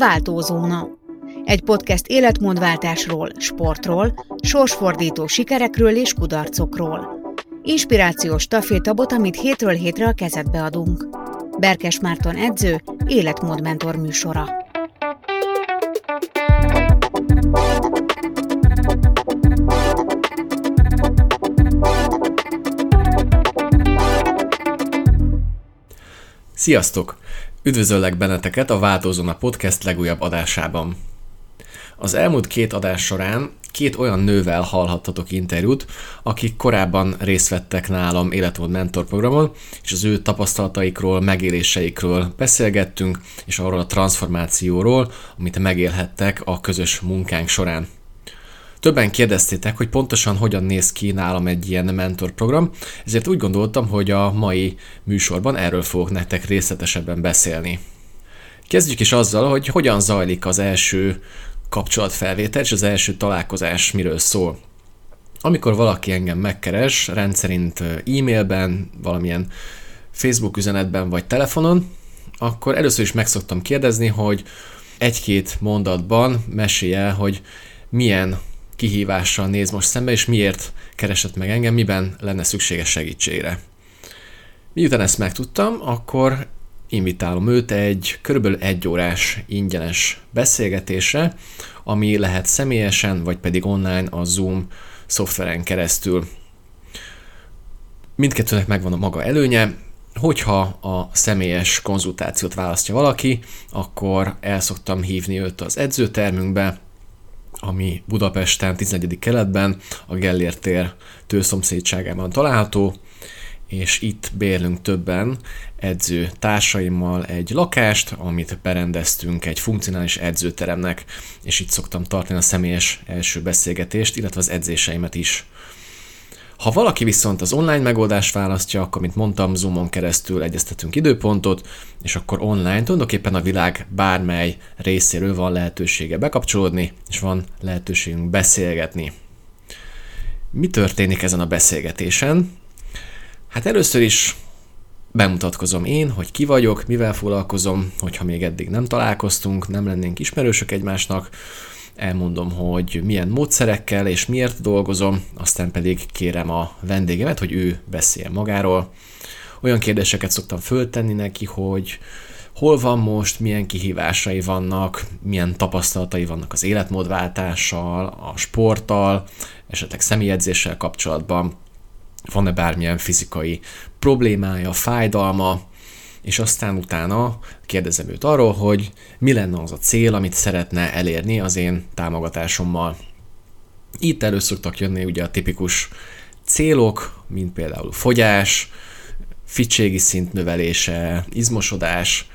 Váltózóna. Egy podcast életmódváltásról, sportról, sorsfordító sikerekről és kudarcokról. Inspirációs stafétabot, amit hétről hétre a kezedbe adunk. Berkes Márton edző, életmódmentor műsora. Sziasztok! Üdvözöllek benneteket a Váltózóna Podcast legújabb adásában. Az elmúlt 2 adás során 2 olyan nővel hallhattatok interjút, akik korábban részt vettek nálam életmód mentor programon, és az ő tapasztalataikról, megéléseikről beszélgettünk, és arról a transformációról, amit megélhettek a közös munkánk során. Többen kérdeztétek, hogy pontosan hogyan néz ki nálam egy ilyen mentorprogram, ezért úgy gondoltam, hogy a mai műsorban erről fogok nektek részletesebben beszélni. Kezdjük is azzal, hogy hogyan zajlik az első kapcsolatfelvétel, és az első találkozás miről szól. Amikor valaki engem megkeres, rendszerint e-mailben, valamilyen Facebook üzenetben vagy telefonon, akkor először is meg szoktam kérdezni, hogy 1-2 mondatban mesélj el, hogy milyen kihívással néz most szembe, és miért keresett meg engem, miben lenne szükséges segítségre. Miután ezt megtudtam, akkor invitálom őt egy körülbelül 1 órás ingyenes beszélgetésre, ami lehet személyesen, vagy pedig online a Zoom szoftveren keresztül. Mindkettőnek megvan a maga előnye, hogyha a személyes konzultációt választja valaki, akkor el szoktam hívni őt az edzőtermünkbe, ami Budapesten, 11. keletben, a Gellért tér tőszomszédságában található, és itt bérlünk többen edző társaimmal egy lakást, amit berendeztünk egy funkcionális edzőteremnek, és itt szoktam tartani a személyes első beszélgetést, illetve az edzéseimet is. Ha valaki viszont az online megoldást választja, akkor, mint mondtam, Zoomon keresztül egyeztetünk időpontot, és akkor online tulajdonképpen a világ bármely részéről van lehetősége bekapcsolódni, és van lehetőségünk beszélgetni. Mi történik ezen a beszélgetésen? Hát először is bemutatkozom én, hogy ki vagyok, mivel foglalkozom, hogyha még eddig nem találkoztunk, nem lennénk ismerősök egymásnak, elmondom, hogy milyen módszerekkel és miért dolgozom, aztán pedig kérem a vendégemet, hogy ő beszéljen magáról. Olyan kérdéseket szoktam föltenni neki, hogy hol van most, milyen kihívásai vannak, milyen tapasztalatai vannak az életmódváltással, a sporttal, esetleg személyedzéssel kapcsolatban, van-e bármilyen fizikai problémája, fájdalma, és aztán utána kérdezem őt arról, hogy mi lenne az a cél, amit szeretne elérni az én támogatásommal. Itt elő szoktak jönni ugye a tipikus célok, mint például fogyás, fittségi szint növelése, izmosodás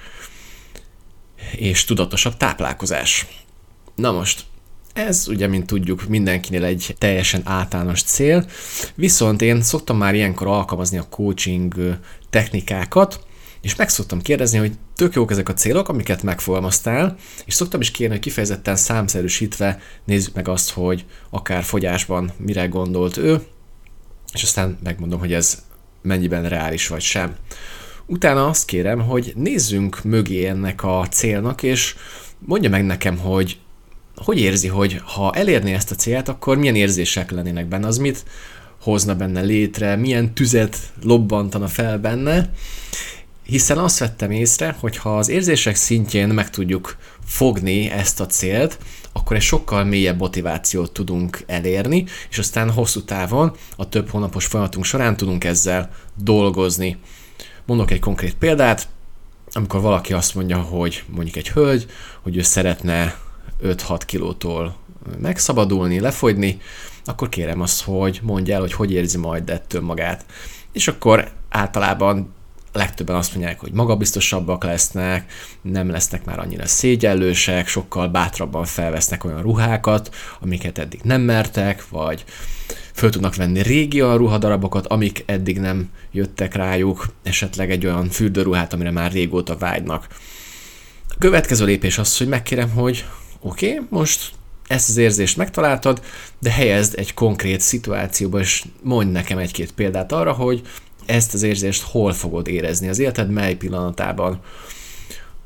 és tudatosabb táplálkozás. Na most, ez ugye, mint tudjuk, mindenkinél egy teljesen általános cél, viszont én szoktam már ilyenkor alkalmazni a coaching technikákat, és meg szoktam kérdezni, hogy tök jók ezek a célok, amiket megfogalmaztál, és szoktam is kérni, hogy kifejezetten számszerűsítve nézzük meg azt, hogy akár fogyásban mire gondolt ő, és aztán megmondom, hogy ez mennyiben reális vagy sem. Utána azt kérem, hogy nézzünk mögé ennek a célnak, és mondja meg nekem, hogy érzi, hogy ha elérné ezt a célt, akkor milyen érzések lennének benne, az mit hozna benne létre, milyen tüzet lobbantana fel benne, hiszen azt vettem észre, hogy ha az érzések szintjén meg tudjuk fogni ezt a célt, akkor egy sokkal mélyebb motivációt tudunk elérni, és aztán hosszú távon, a több hónapos folyamatunk során tudunk ezzel dolgozni. Mondok egy konkrét példát, amikor valaki azt mondja, hogy mondjuk egy hölgy, hogy ő szeretne 5-6 kilótól megszabadulni, lefogyni, akkor kérem azt, hogy mondja el, hogy érzi majd ettől magát. És akkor általában legtöbben azt mondják, hogy magabiztosabbak lesznek, nem lesznek már annyira szégyellősek, sokkal bátrabban felvesznek olyan ruhákat, amiket eddig nem mertek, vagy föl tudnak venni régi olyan ruhadarabokat, amik eddig nem jöttek rájuk, esetleg egy olyan fürdőruhát, amire már régóta vágynak. A következő lépés az, hogy megkérem, hogy oké, most ezt az érzést megtaláltad, de helyezd egy konkrét szituációba, és mondj nekem 1-2 példát arra, hogy ezt az érzést hol fogod érezni az életed mely pillanatában.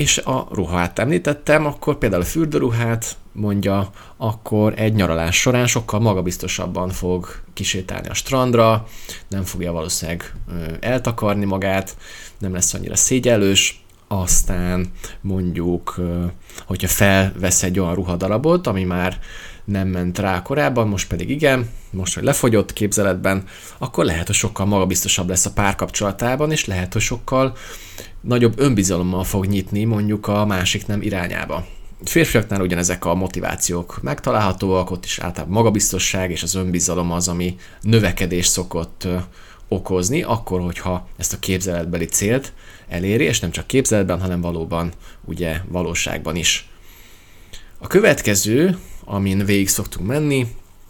És a ruhát említettem, akkor például a fürdőruhát mondja, akkor egy nyaralás során sokkal magabiztosabban fog kisétálni a strandra, nem fogja valószínűleg eltakarni magát, nem lesz annyira szégyellős, aztán mondjuk, hogyha felvesz egy olyan ruhadarabot, ami már nem ment rá korábban, most pedig igen, most, hogy lefogyott képzeletben, akkor lehet, hogy sokkal magabiztosabb lesz a párkapcsolatában, és lehet, hogy sokkal nagyobb önbizalommal fog nyitni mondjuk a másik nem irányába. Férfiaknál ugyanezek a motivációk megtalálhatóak, ott is általában magabiztosság és az önbizalom az, ami növekedés szokott okozni, akkor, hogyha ezt a képzeletbeli célt eléri, és nem csak képzeletben, hanem valóban, ugye, valóságban is. A következő, amin végig szoktunk menni,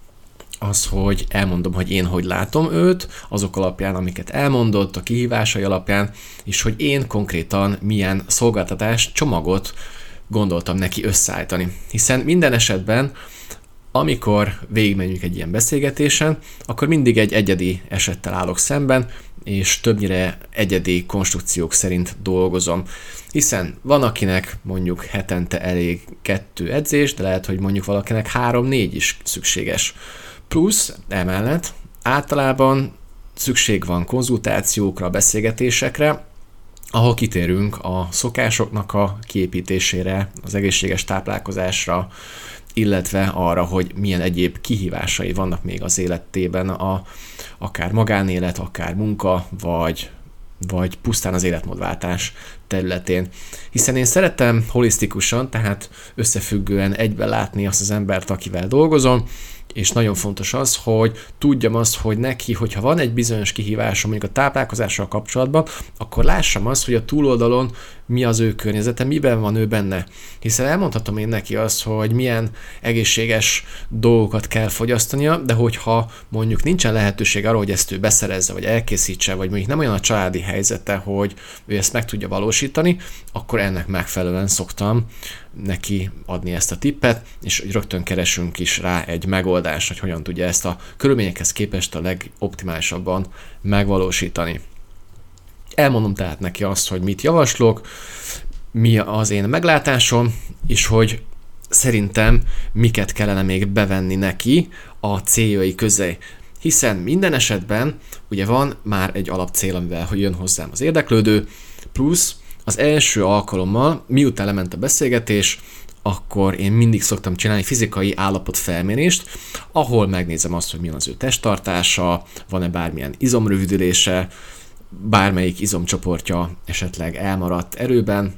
az, hogy elmondom, hogy én hogy látom őt, azok alapján, amiket elmondott, a kihívásai alapján, és hogy én konkrétan milyen szolgáltatás csomagot gondoltam neki összeállítani. Hiszen minden esetben, amikor végigmegyünk egy ilyen beszélgetésen, akkor mindig egy egyedi esettel állok szemben, és többnyire egyedi konstrukciók szerint dolgozom. Hiszen van, akinek mondjuk hetente elég 2 edzés, de lehet, hogy mondjuk valakinek 3-4 is szükséges. Plusz emellett általában szükség van konzultációkra, beszélgetésekre, ahol kitérünk a szokásoknak a kiépítésére, az egészséges táplálkozásra, illetve arra, hogy milyen egyéb kihívásai vannak még az életében, akár magánélet, akár munka, vagy pusztán az életmódváltás területén. Hiszen én szeretem holisztikusan, tehát összefüggően egyben látni azt az embert, akivel dolgozom, és nagyon fontos az, hogy tudjam azt, hogy neki, hogyha van egy bizonyos kihívása mondjuk a táplálkozással kapcsolatban, akkor lássam azt, hogy a túloldalon mi az ő környezete, miben van ő benne. Hiszen elmondhatom én neki azt, hogy milyen egészséges dolgokat kell fogyasztania, de hogyha mondjuk nincsen lehetőség arra, hogy ezt ő beszerezze, vagy elkészítse, vagy mondjuk nem olyan a családi helyzete, hogy ő ezt meg tudja valósítani, akkor ennek megfelelően szoktam neki adni ezt a tippet, és rögtön keresünk is rá egy megoldást, hogy hogyan tudja ezt a körülményekhez képest a legoptimálisabban megvalósítani. Elmondom tehát neki azt, hogy mit javaslok, mi az én meglátásom, és hogy szerintem miket kellene még bevenni neki a céljai közé. Hiszen minden esetben ugye van már egy alapcél, amivel hogy jön hozzám az érdeklődő, plusz az első alkalommal, miután lement a beszélgetés, akkor én mindig szoktam csinálni fizikai állapotfelmérést, ahol megnézem azt, hogy milyen az ő testtartása, van-e bármilyen izomrövidülése, bármelyik izomcsoportja esetleg elmaradt erőben,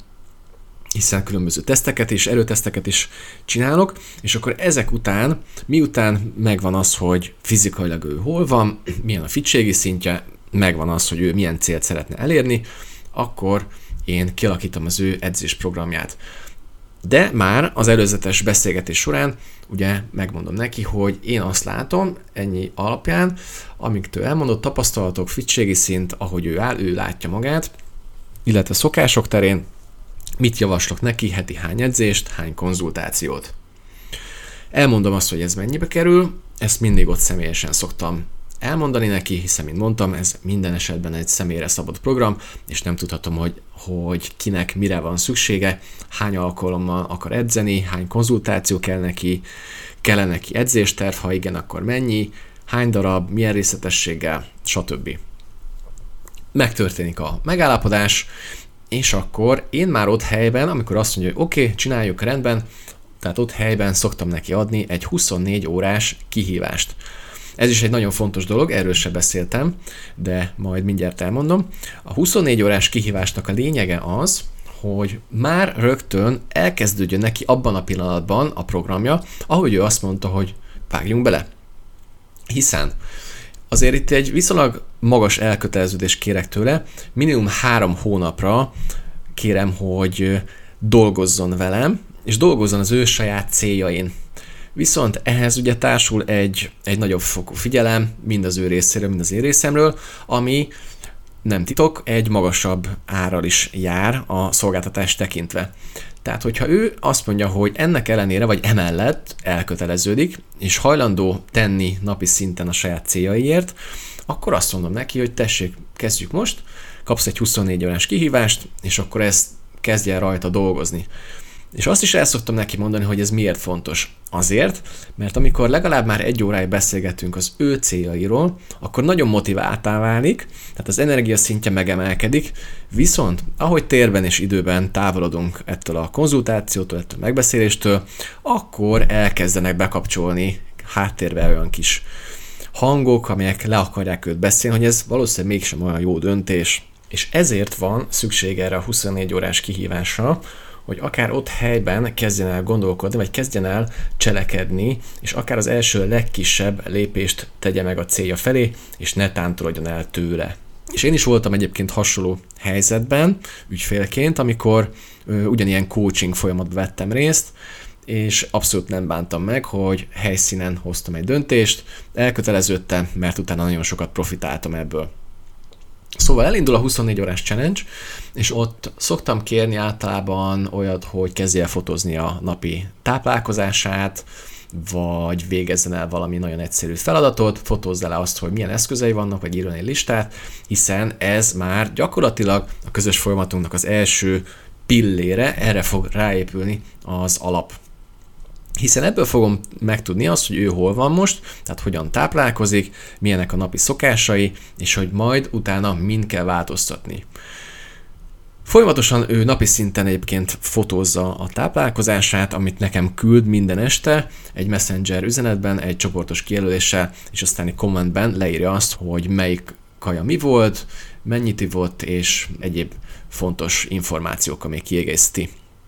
hiszen különböző teszteket és erőteszteket is csinálok, és akkor ezek után, miután megvan az, hogy fizikailag ő hol van, milyen a fitségi szintje, megvan az, hogy ő milyen célt szeretne elérni, akkor én kialakítom az ő edzésprogramját. De már az előzetes beszélgetés során ugye megmondom neki, hogy én azt látom ennyi alapján, amiket ő elmondott, tapasztalatok, fitségi szint, ahogy ő áll, ő látja magát, illetve szokások terén, mit javaslok neki, heti hány edzést, hány konzultációt. Elmondom azt, hogy ez mennyibe kerül, ezt mindig ott személyesen szoktam elmondani neki, hiszen, mint mondtam, ez minden esetben egy személyre szabott program, és nem tudhatom, hogy kinek mire van szüksége, hány alkalommal akar edzeni, hány konzultáció kell neki edzésterv, ha igen, akkor mennyi, hány darab, milyen részletességgel, stb. Megtörténik a megállapodás, és akkor én már ott helyben, amikor azt mondja, hogy oké, csináljuk rendben, tehát ott helyben szoktam neki adni egy 24 órás kihívást. Ez is egy nagyon fontos dolog, erről se beszéltem, de majd mindjárt elmondom. A 24 órás kihívásnak a lényege az, hogy már rögtön elkezdődjön neki abban a pillanatban a programja, ahogy ő azt mondta, hogy vágjunk bele. Hiszen azért itt egy viszonylag magas elköteleződést kérek tőle, minimum 3 hónapra kérem, hogy dolgozzon velem, és dolgozzon az ő saját céljain. Viszont ehhez ugye társul egy nagyobb fokú figyelem, mind az ő részéről, mind az én részemről, ami nem titok, egy magasabb árral is jár a szolgáltatást tekintve. Tehát, hogyha ő azt mondja, hogy ennek ellenére, vagy emellett elköteleződik, és hajlandó tenni napi szinten a saját céljaiért, akkor azt mondom neki, hogy tessék, kezdjük most, kapsz egy 24 órás kihívást, és akkor ezt kezdj el rajta dolgozni. És azt is el szoktam neki mondani, hogy ez miért fontos. Azért, mert amikor legalább már 1 óráig beszélgetünk az ő céljairól, akkor nagyon motiváltá válik, tehát az energiaszintje megemelkedik, viszont ahogy térben és időben távolodunk ettől a konzultációtól, ettől a megbeszéléstől, akkor elkezdenek bekapcsolni háttérbe olyan kis hangok, amelyek le akarják őt beszélni, hogy ez valószínűleg mégsem olyan jó döntés. És ezért van szükség erre a 24 órás kihívásra, hogy akár ott helyben kezdjen el gondolkodni, vagy kezdjen el cselekedni, és akár az első legkisebb lépést tegye meg a célja felé, és ne tántorodjon el tőle. És én is voltam egyébként hasonló helyzetben, ügyfélként, amikor ugyanilyen coaching folyamatban vettem részt, és abszolút nem bántam meg, hogy helyszínen hoztam egy döntést, elköteleződtem, mert utána nagyon sokat profitáltam ebből. Szóval elindul a 24 órás challenge, és ott szoktam kérni általában olyat, hogy kezdje el fotózni a napi táplálkozását, vagy végezzen el valami nagyon egyszerű feladatot, fotózza le azt, hogy milyen eszközei vannak, vagy írjon egy listát, hiszen ez már gyakorlatilag a közös folyamatunknak az első pillére, erre fog ráépülni az alap. Hiszen ebből fogom megtudni azt, hogy ő hol van most, tehát hogyan táplálkozik, milyenek a napi szokásai, és hogy majd utána mind kell változtatni. Folyamatosan ő napi szinten egyébként fotózza a táplálkozását, amit nekem küld minden este egy Messenger üzenetben, egy csoportos kijelöléssel, és aztán egy kommentben leírja azt, hogy melyik kaja mi volt, mennyit ivott, és egyéb fontos információkkal még kiegészíti.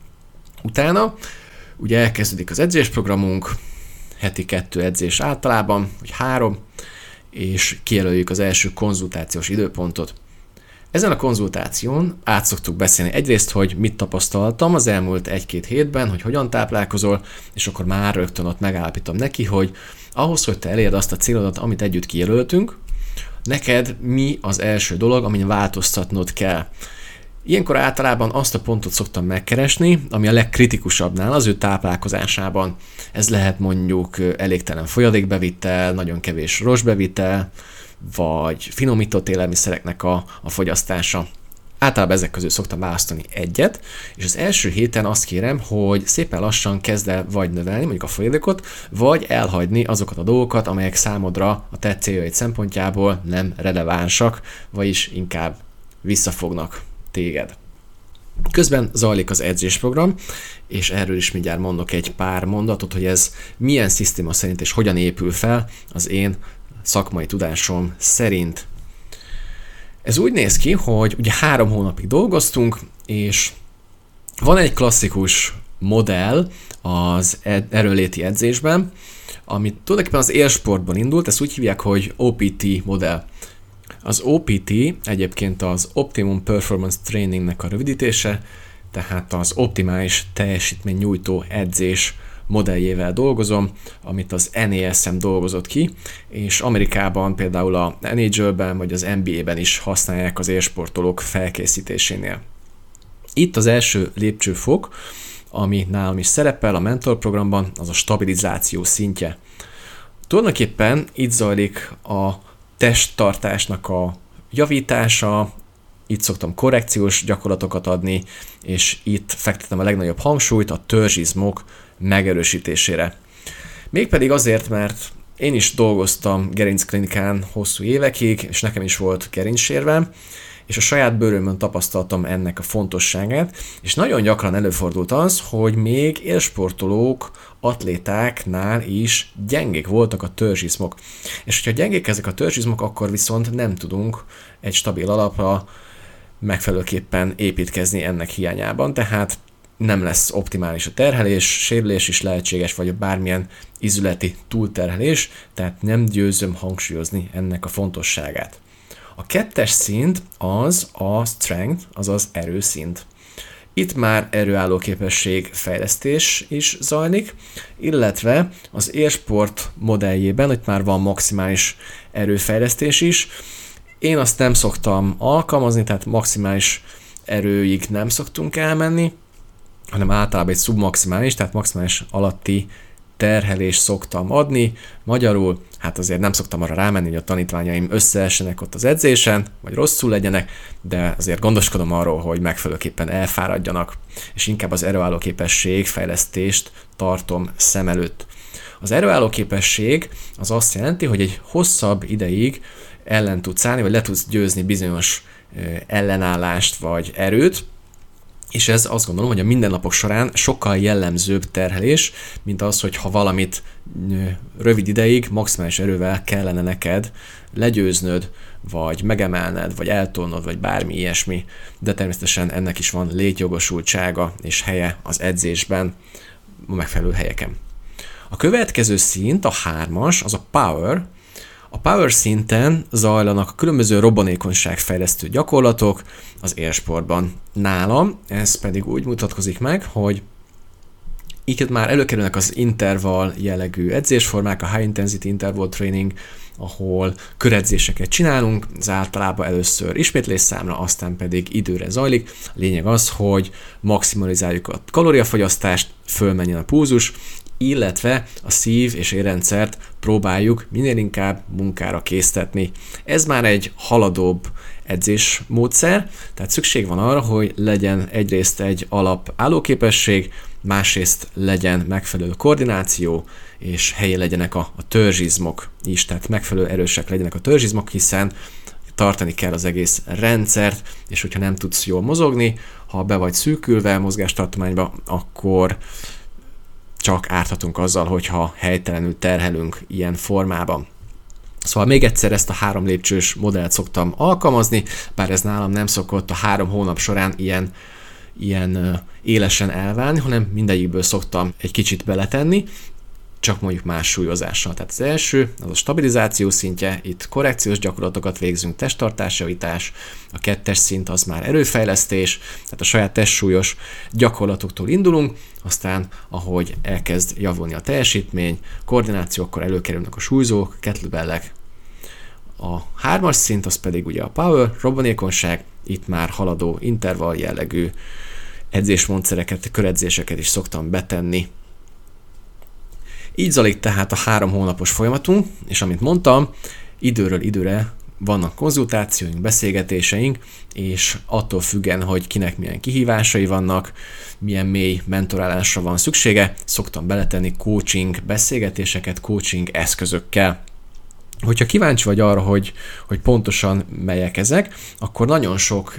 Utána ugye elkezdődik az edzésprogramunk, heti 2 edzés általában, vagy 3, és kijelöljük az első konzultációs időpontot. Ezen a konzultáción át szoktuk beszélni egyrészt, hogy mit tapasztaltam az elmúlt 1-2 hétben, hogy hogyan táplálkozol, és akkor már rögtön ott megállapítom neki, hogy ahhoz, hogy te elérd azt a célodat, amit együtt kijelöltünk, neked mi az első dolog, amin változtatnod kell. Ilyenkor általában azt a pontot szoktam megkeresni, ami a legkritikusabbnál az ő táplálkozásában. Ez lehet mondjuk elégtelen folyadékbevitel, nagyon kevés rostbevitel, vagy finomított élelmiszereknek a fogyasztása. Általában ezek közül szoktam választani egyet, és az első héten azt kérem, hogy szépen lassan kezd el vagy növelni mondjuk a folyadékot, vagy elhagyni azokat a dolgokat, amelyek számodra a te céljaid szempontjából nem relevánsak, vagyis inkább visszafognak téged. Közben zajlik az edzésprogram, és erről is mindjárt mondok egy pár mondatot, hogy ez milyen szisztéma szerint és hogyan épül fel az én szakmai tudásom szerint. Ez úgy néz ki, hogy ugye 3 hónapig dolgoztunk, és van egy klasszikus modell az erőnléti edzésben, ami tulajdonképpen az élsportban indult, ezt úgy hívják, hogy OPT modell. Az OPT egyébként az Optimum Performance Trainingnek a rövidítése, tehát az optimális teljesítmény nyújtó edzés modelljével dolgozom, amit az NASM dolgozott ki, és Amerikában például a NHL-ben vagy az NBA-ben is használják az élsportolók felkészítésénél. Itt az első lépcsőfok, ami nálam is szerepel a mentorprogramban, az a stabilizáció szintje. Tulajdonképpen itt zajlik a testtartásnak a javítása, itt szoktam korrekciós gyakorlatokat adni, és itt fektetem a legnagyobb hangsúlyt a törzsizmok megerősítésére. Mégpedig azért, mert én is dolgoztam gerincklinikán hosszú évekig, és nekem is volt gerincsérvem, és a saját bőrömön tapasztaltam ennek a fontosságát, és nagyon gyakran előfordult az, hogy még élsportolók, atlétáknál is gyengék voltak a törzsizmok. És hogyha gyengék ezek a törzsizmok, akkor viszont nem tudunk egy stabil alapra megfelelőképpen építkezni ennek hiányában, tehát nem lesz optimális a terhelés, sérülés is lehetséges, vagy bármilyen izületi túlterhelés, tehát nem győzöm hangsúlyozni ennek a fontosságát. A 2. szint az a strength, azaz erőszint. Itt már erőállóképesség fejlesztés is zajlik, illetve az élsport modelljében itt már van maximális erőfejlesztés is. Én azt nem szoktam alkalmazni, tehát maximális erőig nem szoktunk elmenni, hanem általában egy szubmaximális, tehát maximális alatti terhelést szoktam adni, magyarul, hát azért nem szoktam arra rámenni, hogy a tanítványaim összeessenek ott az edzésen, vagy rosszul legyenek, de azért gondoskodom arról, hogy megfelelőképpen elfáradjanak, és inkább az erőálló képesség fejlesztést tartom szem előtt. Az erőálló képesség az azt jelenti, hogy egy hosszabb ideig ellen tudsz állni, vagy le tudsz győzni bizonyos ellenállást vagy erőt, és ez azt gondolom, hogy a mindennapok során sokkal jellemzőbb terhelés, mint az, hogy ha valamit rövid ideig maximális erővel kellene neked legyőznöd, vagy megemelned, vagy eltolnod, vagy bármi ilyesmi, de természetesen ennek is van létjogosultsága és helye az edzésben, a megfelelő helyeken. A következő szint, a 3-as, az a power. A power szinten zajlanak a különböző robbanékonyságfejlesztő gyakorlatok az élsportban. Nálam ez pedig úgy mutatkozik meg, hogy itt már előkerülnek az interval jellegű edzésformák, a high intensity interval training, ahol köredzéseket csinálunk, ez általában először ismétlésszámra, aztán pedig időre zajlik. A lényeg az, hogy maximalizáljuk a kalóriafogyasztást, fölmenjen a pulzus, illetve a szív- és érrendszert próbáljuk minél inkább munkára késztetni. Ez már egy haladóbb edzésmódszer, tehát szükség van arra, hogy legyen egyrészt egy alap állóképesség, másrészt legyen megfelelő koordináció, és helye legyenek a törzsizmok is, tehát megfelelő erősek legyenek a törzsizmok, hiszen tartani kell az egész rendszert, és hogyha nem tudsz jól mozogni, ha be vagy szűkülve mozgástartományba, akkor csak árthatunk azzal, hogyha helytelenül terhelünk ilyen formában. Szóval még egyszer ezt a 3 lépcsős modellt szoktam alkalmazni, bár ez nálam nem szokott a 3 hónap során ilyen élesen elválni, hanem mindegyikből szoktam egy kicsit beletenni, csak mondjuk más súlyozással. Tehát az első, az a stabilizáció szintje, itt korrekciós gyakorlatokat végzünk, testtartásjavítás, a 2. szint az már erőfejlesztés, tehát a saját testsúlyos gyakorlatoktól indulunk, aztán ahogy elkezd javulni a teljesítmény, koordináció, akkor előkerülnek a súlyzók, kettlebellek. A 3. szint az pedig ugye a power, robbanékonyság, itt már haladó intervall jellegű edzésmódszereket, köredzéseket is szoktam betenni. Így zajlik tehát a 3 hónapos folyamatunk, és amit mondtam, időről időre vannak konzultációink, beszélgetéseink, és attól függően, hogy kinek milyen kihívásai vannak, milyen mély mentorálásra van szüksége, szoktam beletenni coaching beszélgetéseket, coaching eszközökkel. Hogyha kíváncsi vagy arra, hogy pontosan melyek ezek, akkor nagyon sok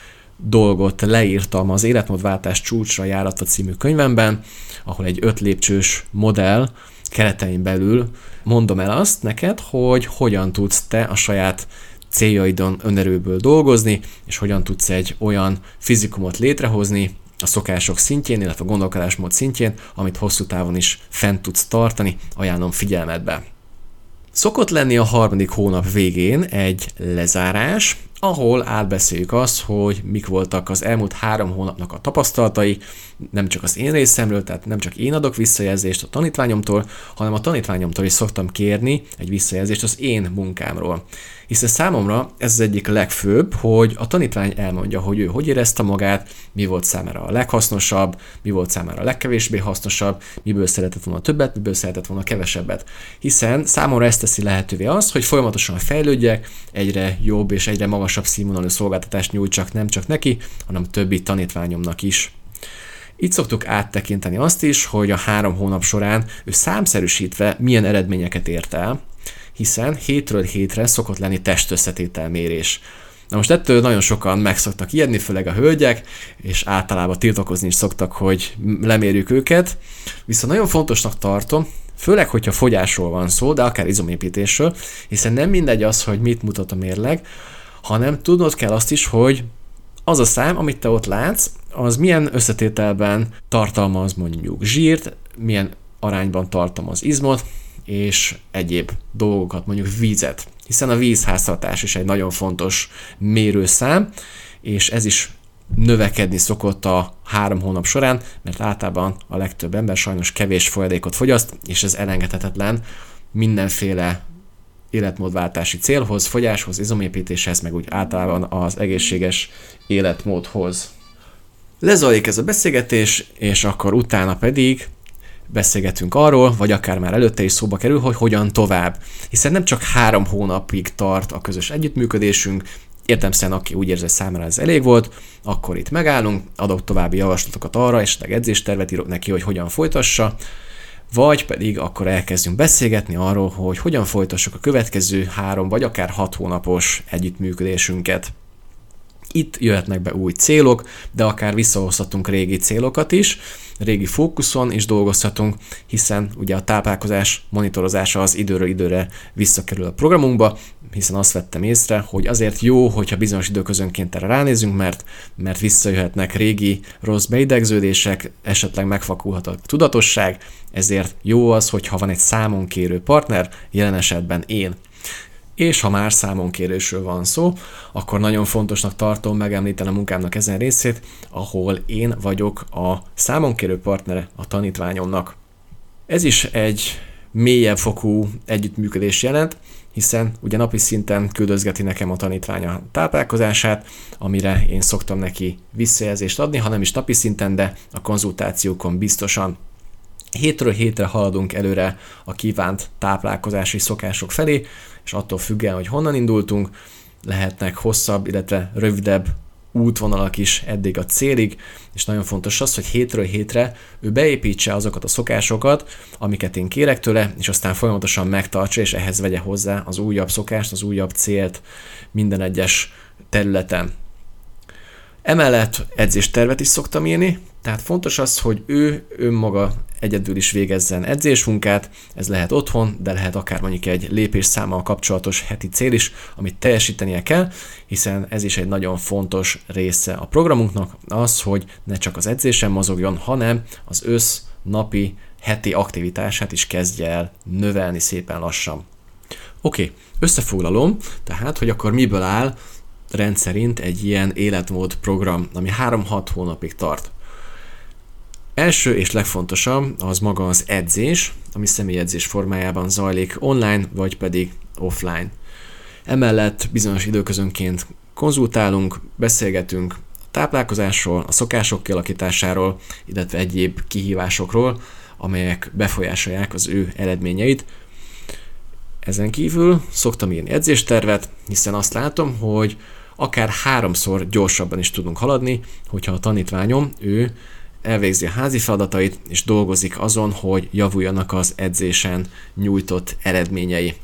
dolgot leírtam az Életmódváltás csúcsra járatva című könyvemben, ahol egy 5 lépcsős modell keretein belül mondom el azt neked, hogy hogyan tudsz te a saját céljaidon önerőből dolgozni, és hogyan tudsz egy olyan fizikumot létrehozni a szokások szintjén, illetve a gondolkodásmód szintjén, amit hosszú távon is fent tudsz tartani, ajánlom figyelmedbe. Szokott lenni a 3. hónap végén egy lezárás, ahol átbeszéljük azt, hogy mik voltak az elmúlt 3 hónapnak a tapasztalatai, nem csak az én részemről, tehát nem csak én adok visszajelzést a tanítványomtól, hanem a tanítványomtól is szoktam kérni egy visszajelzést az én munkámról. Hiszen számomra ez az egyik legfőbb, hogy a tanítvány elmondja, hogy ő hogy érezte magát, mi volt számára a leghasznosabb, mi volt számára a legkevésbé hasznosabb, miből szeretett volna többet, miből szeretett volna kevesebbet. Hiszen számomra ezt teszi lehetővé az, hogy folyamatosan fejlődjek, egyre jobb és egyre magasabb színvonalú szolgáltatást nyújtsak nem csak neki, hanem többi tanítványomnak is. Itt szoktuk áttekinteni azt is, hogy a 3 hónap során ő számszerűsítve milyen eredményeket ért el, hiszen hétről hétre szokott lenni testösszetételmérés. Na most ettől nagyon sokan meg szoktak ijedni, főleg a hölgyek, és általában tiltakozni is szoktak, hogy lemérjük őket. Viszont nagyon fontosnak tartom, főleg, hogyha fogyásról van szó, de akár izomépítésről, hiszen nem mindegy az, hogy mit mutat a mérleg, hanem tudnod kell azt is, hogy az a szám, amit te ott látsz, az milyen összetételben tartalmaz mondjuk zsírt, milyen arányban tartalmaz izmot, és egyéb dolgokat, mondjuk vizet. Hiszen a vízháztartás is egy nagyon fontos mérőszám, és ez is növekedni szokott a 3 hónap során, mert általában a legtöbb ember sajnos kevés folyadékot fogyaszt, és ez elengedhetetlen mindenféle életmódváltási célhoz, fogyáshoz, izomépítéshez, meg úgy általában az egészséges életmódhoz. Lezajlik ez a beszélgetés, és akkor utána pedig beszélgetünk arról, vagy akár már előtte is szóba kerül, hogy hogyan tovább. Hiszen nem csak 3 hónapig tart a közös együttműködésünk, értelemszerűen aki úgy érzi, hogy számára ez elég volt, akkor itt megállunk, adok további javaslatokat arra, esetleg edzéstervet írok neki, hogy hogyan folytassa, vagy pedig akkor elkezdjünk beszélgetni arról, hogy hogyan folytassuk a következő 3 vagy akár 6 hónapos együttműködésünket. Itt jöhetnek be új célok, de akár visszahozhatunk régi célokat is, régi fókuszon is dolgozhatunk, hiszen ugye a táplálkozás monitorozása az időről időre visszakerül a programunkba, hiszen azt vettem észre, hogy azért jó, hogyha bizonyos időközönként erre ránézünk, mert visszajöhetnek régi rossz beidegződések, esetleg megfakulhat a tudatosság, ezért jó az, hogyha van egy számonkérő partner, jelen esetben én. És ha már számonkérésről van szó, akkor nagyon fontosnak tartom megemlíteni a munkámnak ezen részét, ahol én vagyok a számonkérő partnere a tanítványomnak. Ez is egy mélyebb fokú együttműködés jelent, hiszen ugye napi szinten küldözgeti nekem a tanítvány a táplálkozását, amire én szoktam neki visszajelzést adni, ha nem is napi szinten, de a konzultációkon biztosan. Hétről hétre haladunk előre a kívánt táplálkozási szokások felé, és attól függően, hogy honnan indultunk, lehetnek hosszabb, illetve rövidebb útvonalak is eddig a célig, és nagyon fontos az, hogy hétről hétre ő beépítse azokat a szokásokat, amiket én kérek tőle, és aztán folyamatosan megtartsa, és ehhez vegye hozzá az újabb szokást, az újabb célt minden egyes területen. Emellett edzéstervet is szoktam írni, tehát fontos az, hogy ő önmaga egyedül is végezzen edzésmunkát, ez lehet otthon, de lehet akár mondjuk egy lépésszámmal kapcsolatos heti cél is, amit teljesítenie kell, hiszen ez is egy nagyon fontos része a programunknak, az, hogy ne csak az edzésen mozogjon, hanem az napi, heti aktivitását is kezdje el növelni szépen lassan. Oké, összefoglalom, tehát, hogy akkor miből áll rendszerint egy ilyen életmód program, ami 3-6 hónapig tart. Első és legfontosabb az maga az edzés, ami személyedzés formájában zajlik online, vagy pedig offline. Emellett bizonyos időközönként konzultálunk, beszélgetünk a táplálkozásról, a szokások kialakításáról, illetve egyéb kihívásokról, amelyek befolyásolják az ő eredményeit. Ezen kívül szoktam írni edzéstervet, hiszen azt látom, hogy akár 3-szor gyorsabban is tudunk haladni, hogyha a tanítványom, ő elvégzi a házi feladatait, és dolgozik azon, hogy javuljanak az edzésen nyújtott eredményei.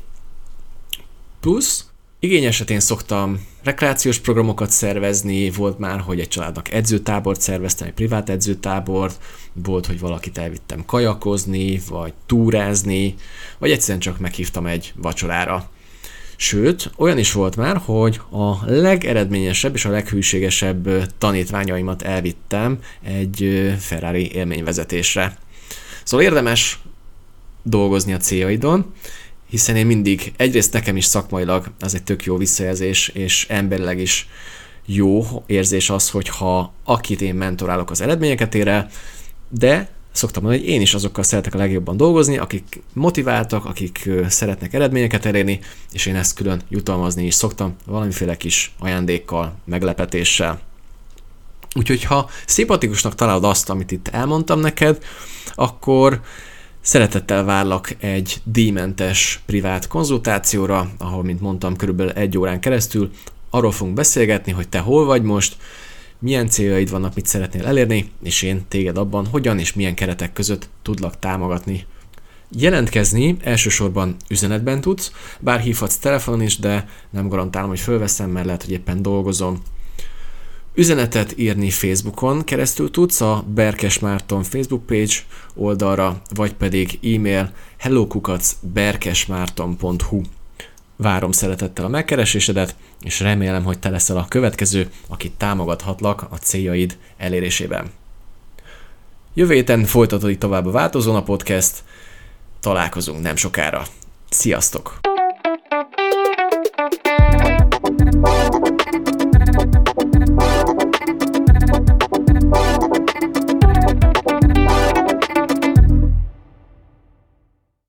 Plusz, igény esetén szoktam rekreációs programokat szervezni, volt már, hogy egy családnak edzőtábort szerveztem, egy privát edzőtábort, volt, hogy valakit elvittem kajakozni, vagy túrázni, vagy egyszerűen csak meghívtam egy vacsorára. Sőt, olyan is volt már, hogy a legeredményesebb és a leghűségesebb tanítványaimat elvittem egy Ferrari élményvezetésre. Szóval érdemes dolgozni a céljaidon, hiszen én mindig, egyrészt nekem is szakmailag az egy tök jó visszajelzés, és emberileg is jó érzés az, hogyha akit én mentorálok, az eredményeket ér el, de szoktam mondani, hogy én is azokkal szeretek a legjobban dolgozni, akik motiváltak, akik szeretnek eredményeket elérni, és én ezt külön jutalmazni is szoktam valamiféle kis ajándékkal, meglepetéssel. Úgyhogy ha szimpatikusnak találod azt, amit itt elmondtam neked, akkor szeretettel várlak egy díjmentes privát konzultációra, ahol, mint mondtam, körülbelül 1 órán keresztül arról fogunk beszélgetni, hogy te hol vagy most, milyen céljaid vannak, mit szeretnél elérni, és én téged abban, hogyan és milyen keretek között tudlak támogatni. Jelentkezni elsősorban üzenetben tudsz, bár hívhatsz telefonon is, de nem garantálom, hogy fölveszem, mert lehet, hogy éppen dolgozom. Üzenetet írni Facebookon keresztül tudsz, a Berkes Márton Facebook page oldalra, vagy pedig e-mail hello@berkesmarton.hu. Várom szeretettel a megkeresésedet, és remélem, hogy te leszel a következő, akit támogathatlak a céljaid elérésében. Jövő héten folytatódik tovább a Változón a podcast, találkozunk nem sokára. Sziasztok!